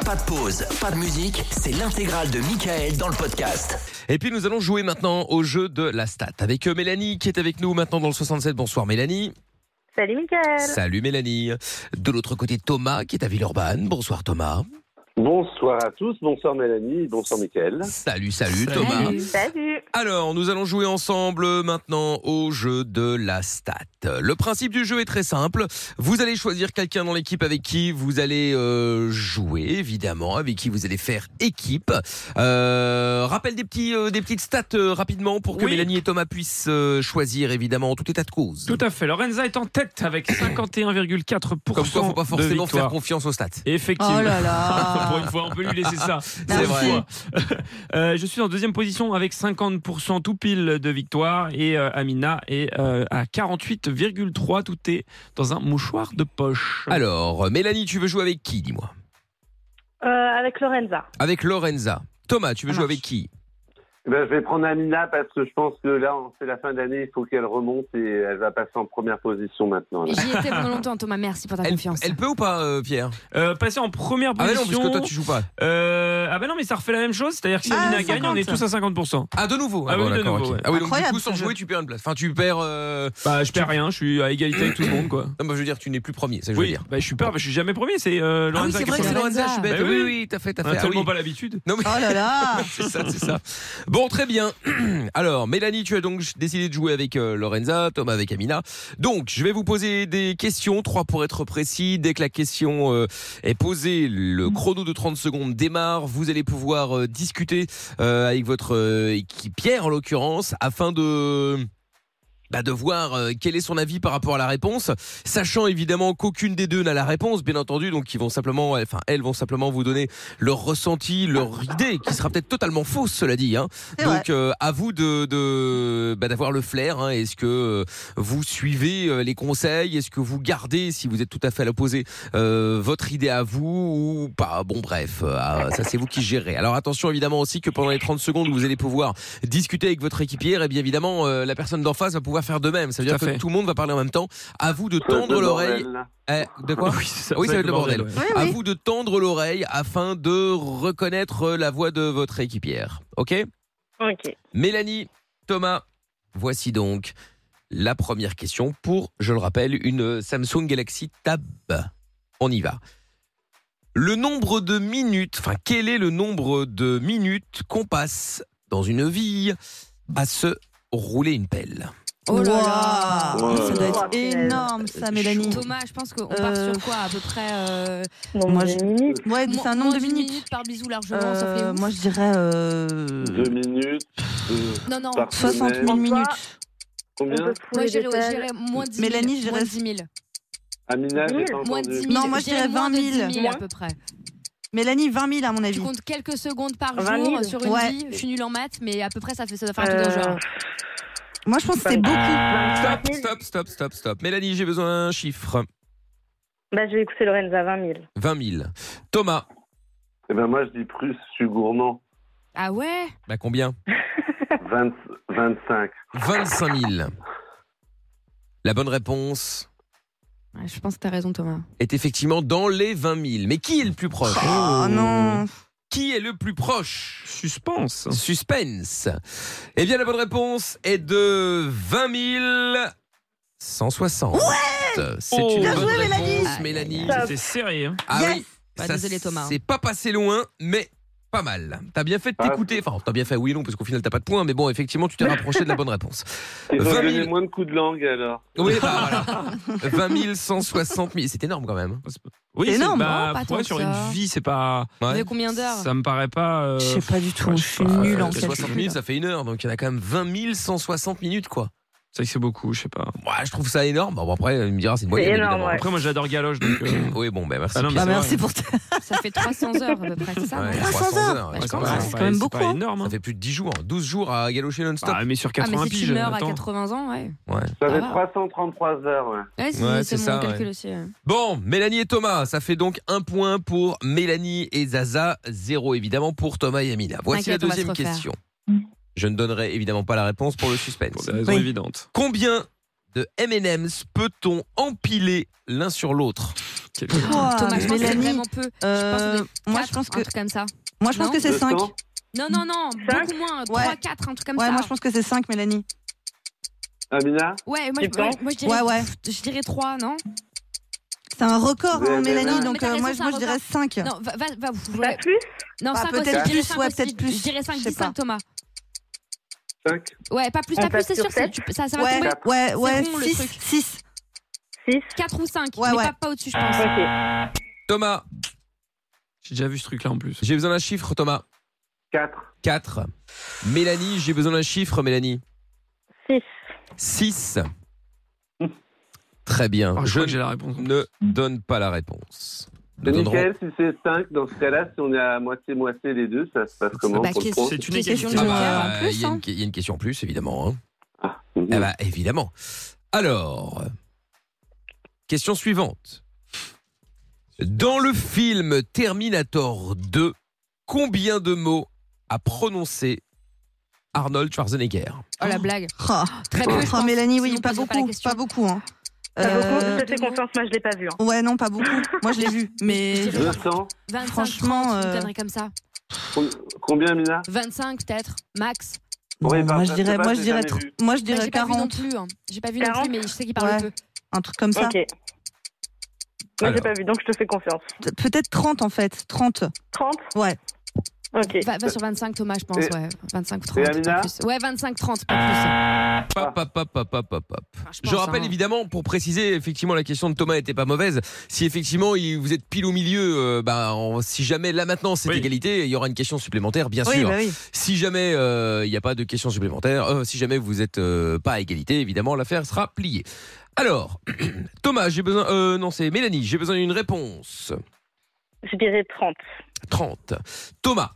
Pas de pause, pas de musique, c'est l'intégrale de Michael dans le podcast. Et puis nous allons jouer maintenant au jeu de la stat avec Mélanie qui est avec nous maintenant dans le 67. Bonsoir Mélanie. Salut Michael. Salut Mélanie. De l'autre côté Thomas qui est à Villeurbanne. Bonsoir Thomas. Bonsoir à tous, bonsoir Mélanie, bonsoir Mickaël. Salut Thomas. Salut. Alors, nous allons jouer ensemble maintenant au jeu de la stat. Le principe du jeu est très simple. Vous allez choisir quelqu'un dans l'équipe avec qui vous allez jouer, évidemment, avec qui vous allez faire équipe. Rappel des petites stats rapidement pour que Mélanie et Thomas puissent choisir, évidemment, en tout état de cause. Tout à fait. Lorenza est en tête avec 51,4%. Comme quoi, faut pas forcément faire confiance aux stats. Effectivement. Oh là là. Pour une fois, on peut lui laisser ça. C'est vrai. Je suis en deuxième position avec 50% tout pile de victoire et Amina est à 48,3%. Tout est dans un mouchoir de poche. Alors, Mélanie, tu veux jouer avec qui, dis-moi? Avec Lorenza. Avec Lorenza. Thomas, tu veux jouer avec qui? Je vais prendre Amina parce que je pense que là, c'est la fin d'année, il faut qu'elle remonte et elle va passer en première position maintenant. Là. J'y étais pendant longtemps, Thomas, merci pour ta confiance. Elle peut ou pas, Pierre? Passer en première position. Ah mais non, parce que toi tu joues pas. Ah ben non, mais ça refait la même chose, c'est-à-dire que si Amina gagne, on est tous à 50%. Ah de nouveau. Ah oui, de nouveau. Okay. Ouais. Ah oui, donc du coup sans jouer tu perds une place. Enfin tu perds. Bah je perds rien, je suis à égalité avec tout le monde quoi. Non, bah, je veux dire tu n'es plus premier, c'est ce que je veux dire. Bah je suis pas, je suis jamais premier, c'est Lorenza. Ah oui, c'est vrai que c'est Lorenza, je suis bête. Oui, t'as fait. On a tellement pas l'habitude. Non mais. Oh là là. c'est ça. Bon, très bien. Alors, Mélanie, tu as donc décidé de jouer avec Lorenza, Thomas avec Amina. Donc, je vais vous poser des questions, 3 pour être précis. Dès que la question est posée, le chrono de 30 secondes démarre. Vous allez pouvoir discuter avec votre équipière, en l'occurrence, afin de voir quel est son avis par rapport à la réponse, sachant évidemment qu'aucune des deux n'a la réponse, bien entendu, donc elles vont simplement vous donner leur ressenti, leur idée, qui sera peut-être totalement fausse, cela dit. Hein. Donc à vous d'avoir le flair. Hein. Est-ce que vous suivez les conseils? Est-ce que vous gardez, si vous êtes tout à fait à l'opposé, votre idée à vous ou pas? Bon bref, ça c'est vous qui gérez. Alors attention évidemment aussi que pendant les 30 secondes où vous allez pouvoir discuter avec votre équipière, et bien évidemment la personne d'en face va pouvoir faire de même. Ça veut dire que tout le monde va parler en même temps. À vous de tendre l'oreille. De quoi? Oui, ça va être le bordel. Ouais. À vous de tendre l'oreille afin de reconnaître la voix de votre équipière. Ok. Mélanie, Thomas, voici donc la première question pour, je le rappelle, une Samsung Galaxy Tab. On y va. Quel est le nombre de minutes qu'on passe dans une vie à se rouler une pelle? Oh là là, ça doit être énorme ça, Mélanie. Thomas, je pense qu'on part sur quoi à peu près Nombre de minutes. Ouais, c'est un nombre de minutes par bisou largement, ça fait moi je dirais 2 minutes. Non, 60 000 minutes. Combien? Moi je dirais moins de 10 000. Mélanie, je dirais 10 000. Amina, j'ai pas Moins de entendu. 10 000. Non, moi je dirais 20 000. 10 000 à peu près. Mélanie, 20 000 à mon avis. Tu comptes quelques secondes par 20 jour 000. sur une vie. Je suis nulle en maths, mais à peu près ça doit faire un truc dans le genre. Moi je pense que c'est beaucoup. Stop. Mélanie, j'ai besoin d'un chiffre. Je vais écouter Lorenza, 20 000. 20 000. Thomas. Eh ben moi je dis plus, je suis gourmand. Ah ouais? Combien? 25. 25 000. La bonne réponse Je pense que t'as raison, Thomas. est effectivement dans les 20 000. Mais qui est le plus proche? Oh non. Qui est le plus proche? Suspense. Eh bien, la bonne réponse est de 20 160. Ouais. C'est une bien bonne joué, réponse, Mélanie. C'était serré. Hein. Ah Yes. oui. Désolé, Thomas. C'est pas passé loin, mais pas mal. T'as bien fait de t'écouter. Enfin, t'as bien fait oui et non, parce qu'au final, t'as pas de points. Mais bon, effectivement, tu t'es rapproché de la bonne réponse. Ils ont 20 donné 000. moins de coups de langue alors. Oui, voilà. 20 160 000. C'est énorme quand même. Oui, C'est énorme, pas tant que sur ça. une vie, c'est pas. Vous avez combien d'heures? Ça me paraît pas. Je sais pas du tout, je suis nulle en 60 calcul. minutes, ça fait 1 heure. Donc, il y en a quand même 20 160 minutes, quoi. C'est vrai que c'est beaucoup, je sais pas. Ouais, je trouve ça énorme. Bon, après, il me dira, c'est une C'est moyenne. énorme, évidemment. ouais. Après, moi j'adore Galoche. Donc, Oui, bon, merci. Ah non, mais Pierre. c'est Merci vrai. pour Ça fait 300 heures à peu près, c'est ça? Ouais, 300 heures. ouais, Ouais, quand c'est même. c'est quand même beaucoup, C'est pas hein. énorme. Ça fait plus de 10 jours, 12 jours à galocher non-stop. Mais sur Ah, mais 80 si piges. tu meurs à attends. 80 ans, ouais. Ouais. Ça fait va. 333 heures, ouais. Ouais, Ouais, c'est c'est mon ça, calcul ouais. aussi. Ouais. Bon, Mélanie et Thomas, ça fait donc 1 point pour Mélanie et Zaza, 0 évidemment pour Thomas et Amina. Voici T'inquiète, la on va se deuxième refaire. question. Je ne donnerai évidemment pas la réponse pour le suspense. Pour des raisons évidentes. Combien de M&M's peut-on empiler l'un sur l'autre? Quoi, Thomas, je pense que c'est Mélanie, vraiment peu. moi, je pense que un truc comme ça. moi, je pense Non. que c'est 5. 200. Non, Cinq beaucoup moins. Ouais. 3, 4, un truc comme Ouais, ça. moi, je pense que c'est 5, Mélanie. Amina, Ouais, Tu penses moi je dirais, Ouais. je dirais 3, non? C'est un record, Ouais, Mélanie, ouais. donc Mais t'as raison, moi, c'est un je dirais record. 5. Non, va. Pas plus Non, Bah, 5 peut-être aussi. Je dirais plus, 5 ouais, aussi. peut-être plus. Je dirais 5, Je sais dis 5, pas. Thomas. 5. Ouais, pas plus. On T'as plus, passe c'est sur sûr, sept ça va Ouais, tomber. ouais, ouais, rond, le 6, truc. 6. 6. 4 ou 5, Ouais, mais ouais. pas au-dessus, je pense. Ok. Thomas, J'ai déjà vu ce truc-là en plus. j'ai besoin d'un chiffre, Thomas. 4. 4. Mélanie, j'ai besoin d'un chiffre, Mélanie. 6. 6. Très bien. Ah, je je crois que j'ai la réponse. ne donne pas la réponse. Nous C'est donnerons- nickel, si c'est 5, dans ce cas-là, si on est à moitié-moitié les deux, ça se passe comment Bah, pour le qu'est-ce- point C'est une Question égalité. de Ah joker bah, en plus, il y a hein. une- il y a une question en plus, évidemment. Hein. Ah, Eh bah, évidemment. Alors, question suivante. Dans le film Terminator 2, combien de mots a prononcé Arnold Schwarzenegger? Oh la blague. Oh, Très peu, je oh, pense. Mélanie, oui, Sinon, pas posez pas la beaucoup, question. pas beaucoup. Hein. T'as beaucoup Euh, Je te fais confiance, moi je l'ai pas vu. Hein. Ouais, non, pas beaucoup. Moi, je l'ai vu, mais 200. 25, Franchement, 30, une connerie comme ça. Combien, Amina 25 peut-être, max. non, Oui, moi, bah, je dirais, ça, moi, j'ai je dirais, jamais vu. moi, je Bah, dirais j'ai pas vu non 40, plus. Hein. J'ai pas vu non 40. plus, mais je sais qu'il parle Ouais. peu. un truc comme ça. Ok. Moi Alors. j'ai pas vu, donc je te fais confiance. Peut-être 30 en fait, 30. 30. Ouais. Ok. Va sur 25, Thomas, je pense. Et- Ouais, 25 ou et 30. Amina pas plus. Ouais, 25, 30, pas Pop, pop, pop, pop, pop, pop. plus. Enfin, Je pense, rappelle hein. évidemment, pour préciser, effectivement, la question de Thomas n'était pas mauvaise. Si effectivement vous êtes pile au milieu, si jamais là maintenant c'est Oui. égalité, il y aura une question supplémentaire, bien Oui, sûr. bah oui. Si jamais il n'y a pas de question supplémentaire, si jamais vous êtes pas à égalité, évidemment, l'affaire sera pliée. Alors, Thomas, j'ai besoin. Non, c'est Mélanie, j'ai besoin d'une réponse. Je dirais 30. 30. Thomas,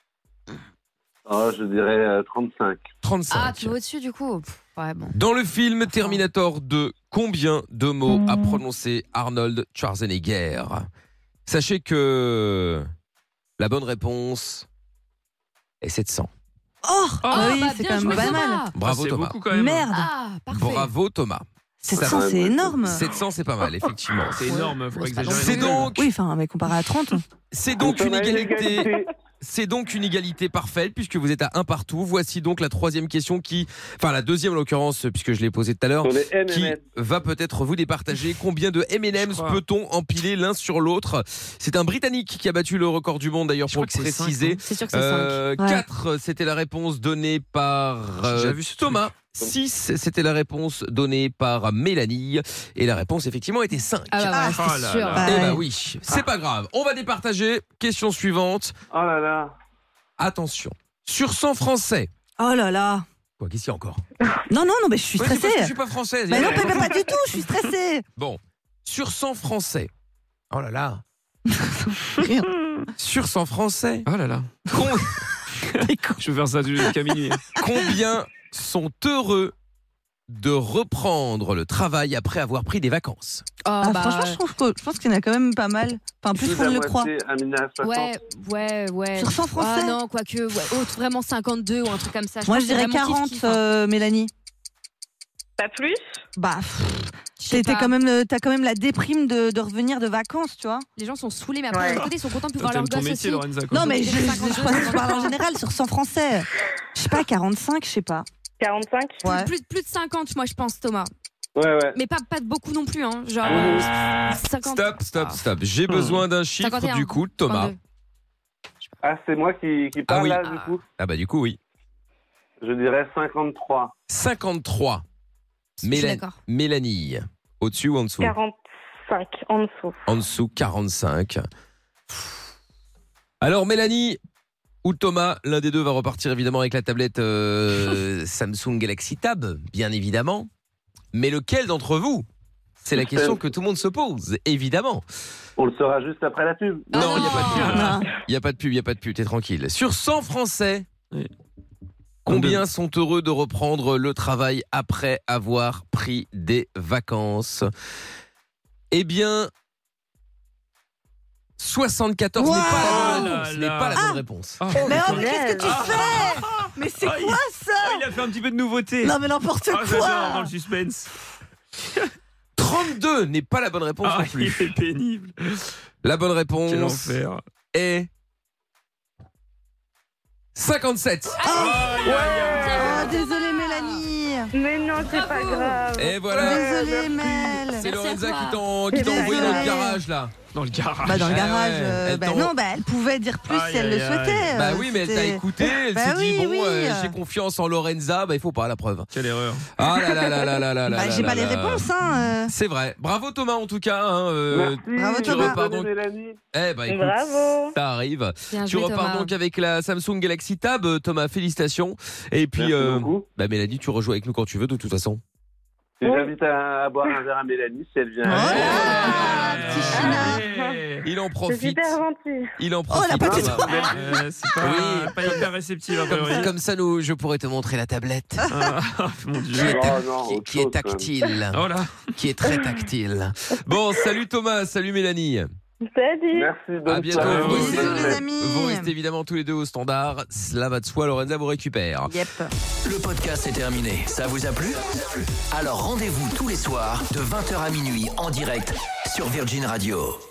Oh, je dirais 35. 35. Ah, tu vas au-dessus du coup. Pff, ouais, bon. Dans le film Terminator 2, combien de mots a prononcé Arnold Schwarzenegger? Sachez que la bonne réponse est 700. Oh, Ah, oui, bah, c'est bien quand même joué, pas Thomas. mal. Bravo c'est Thomas. beaucoup quand même. Merde. Ah, parfait. Bravo Thomas. 700, c'est énorme. 700, c'est pas mal, effectivement. C'est énorme, faut pas Ouais, c'est pas exagérer. C'est non donc, Oui, enfin, mais comparé à 30. c'est donc une On a égalité. C'est donc une égalité parfaite puisque vous êtes à un partout. Voici donc la troisième question la deuxième en l'occurrence puisque je l'ai posée tout à l'heure, Sur les qui M&M. va peut-être vous départager. Combien de M&M's Je crois. peut-on empiler l'un sur l'autre? C'est un Britannique qui a battu le record du monde d'ailleurs Je pour le crois que c'est préciser. C'est sûr que c'est 5. 4, c'était la réponse donnée par J'ai déjà vu ce truc. Thomas. 6, c'était la réponse donnée par Mélanie. Et la réponse, effectivement, était 5. Ah bah Oh voilà, là c'est sûr. là. Eh Ouais. bah oui, c'est pas grave. On va départager. Question suivante. Oh là là. Attention. Sur 100 Français. Oh là là. Quoi, qu'est-ce qu'il y a encore? Non, non, non, mais je suis Ouais, c'est parce que je stressée. suis pas française. Mais non, pas du tout, je suis stressée. Bon. Sur 100 Français. Oh là là. Rien. Sur 100 Français. Oh là là. con- Je vais faire ça jusqu'à minuit. Combien sont heureux de reprendre le travail après avoir pris des vacances? Oh, Ah, bah, franchement, je pense qu'il y en a quand même pas mal. Enfin, plus Plus qu'on la ne le croit. moitié, Amina, 60. ouais. Sur 100 Français. Ah non, quoique, vraiment 52 ou un truc comme ça. Moi, pense je que dirais c'est vraiment 40, kiff-kiff, hein. Mélanie. Pas plus Bah, Je sais t'as pas. quand même la déprime de revenir de vacances, tu vois. Les gens sont saoulés, mais après, Ouais. d'un côté, ils sont contents de Toi, voir leur t'aimes ton gosse métier, aussi. Lorenza. quoi. Non, mais Donc, je parle en général sur 100 Français. Je sais pas, 45, je sais pas. 45 Ouais. Plus de 50, moi, je pense, Thomas. Ouais. Mais pas de beaucoup non plus, hein. Genre, 50. Stop. J'ai besoin d'un chiffre 51. du coup, Thomas. 52. Ah, c'est moi qui parle oui. là, du coup. Ah bah du coup, oui. Je dirais 53. 53. Je suis d'accord. Mélanie. Au-dessus ou en dessous? 45 en dessous. En dessous, 45. Alors, Mélanie ou Thomas, l'un des deux va repartir évidemment avec la tablette Samsung Galaxy Tab, bien évidemment. Mais lequel d'entre vous? C'est la question que tout le monde se pose, évidemment. On le saura juste après la pub. Non, il n'y a pas de pub. Non. Il n'y a pas de pub, t'es tranquille. Sur 100 Français, Oui. combien sont heureux de reprendre le travail après avoir pris des vacances? Eh bien, 74 Wow. n'est pas la bonne Oh là réponse. Ce n'est là. pas la bonne réponse. Oh, Mais oh, putain. mais qu'est-ce que tu fais? Mais c'est Ah, quoi ça? il a fait un petit peu de nouveauté. Non, mais n'importe Ah, j'adore dans quoi. le suspense. 32 n'est pas la bonne réponse non plus. Il est pénible. La bonne Quel réponse enfer. est 57. Oh, désolé Mélanie. Mais non, c'est pas grave. Et voilà. Désolé Mel. C'est Merci Lorenza à toi. qui t'a envoyé dans le Désolé. garage là. Dans le garage. Bah dans le Ah garage. ouais, elle Non, elle pouvait dire plus Aïe, si elle le aïe, aïe. souhaitait. Bah oui, mais elle t'a c'était- écouté. Elle Bah s'est dit oui, bon, oui. j'ai confiance en Lorenza. Bah il faut pas la preuve. Quelle erreur. Ah là là là là là là là. Bah, là j'ai là pas les là. réponses, hein. C'est vrai. Bravo Thomas en tout cas. Hein, Merci. Bravo, tu Thomas. repars donc. Mélanie. Eh bah écoute, Bravo. ça arrive. Bien Tu joué, repars Thomas. donc avec la Samsung Galaxy Tab, Thomas. Félicitations. Et puis, Merci beaucoup. bah Mélanie, tu rejoues avec nous quand tu veux de toute façon. Et j'invite à boire un verre à Mélanie si elle vient. Oh, petit china. Ouais. Il en C'est profite. super gentil. Il en Oh, profite. la petite- Thomas. C'est pas, Oui. pas hyper réceptif, a priori. Comme ça, je pourrais te montrer la tablette. Ah, mon Dieu. Oh non, autre Qui est chose, quand même. tactile. Oh là. Qui est très tactile. Bon, salut Thomas, salut Mélanie. Salut. Merci, bonne À bientôt. soirée. Vous Bisous restez- les amis. Vous restez évidemment tous les deux au standard. Cela va de soi, Lorenza vous récupère. Yep. Le podcast est terminé. Ça vous a plu? Alors rendez-vous tous les soirs de 20h à minuit en direct sur Virgin Radio.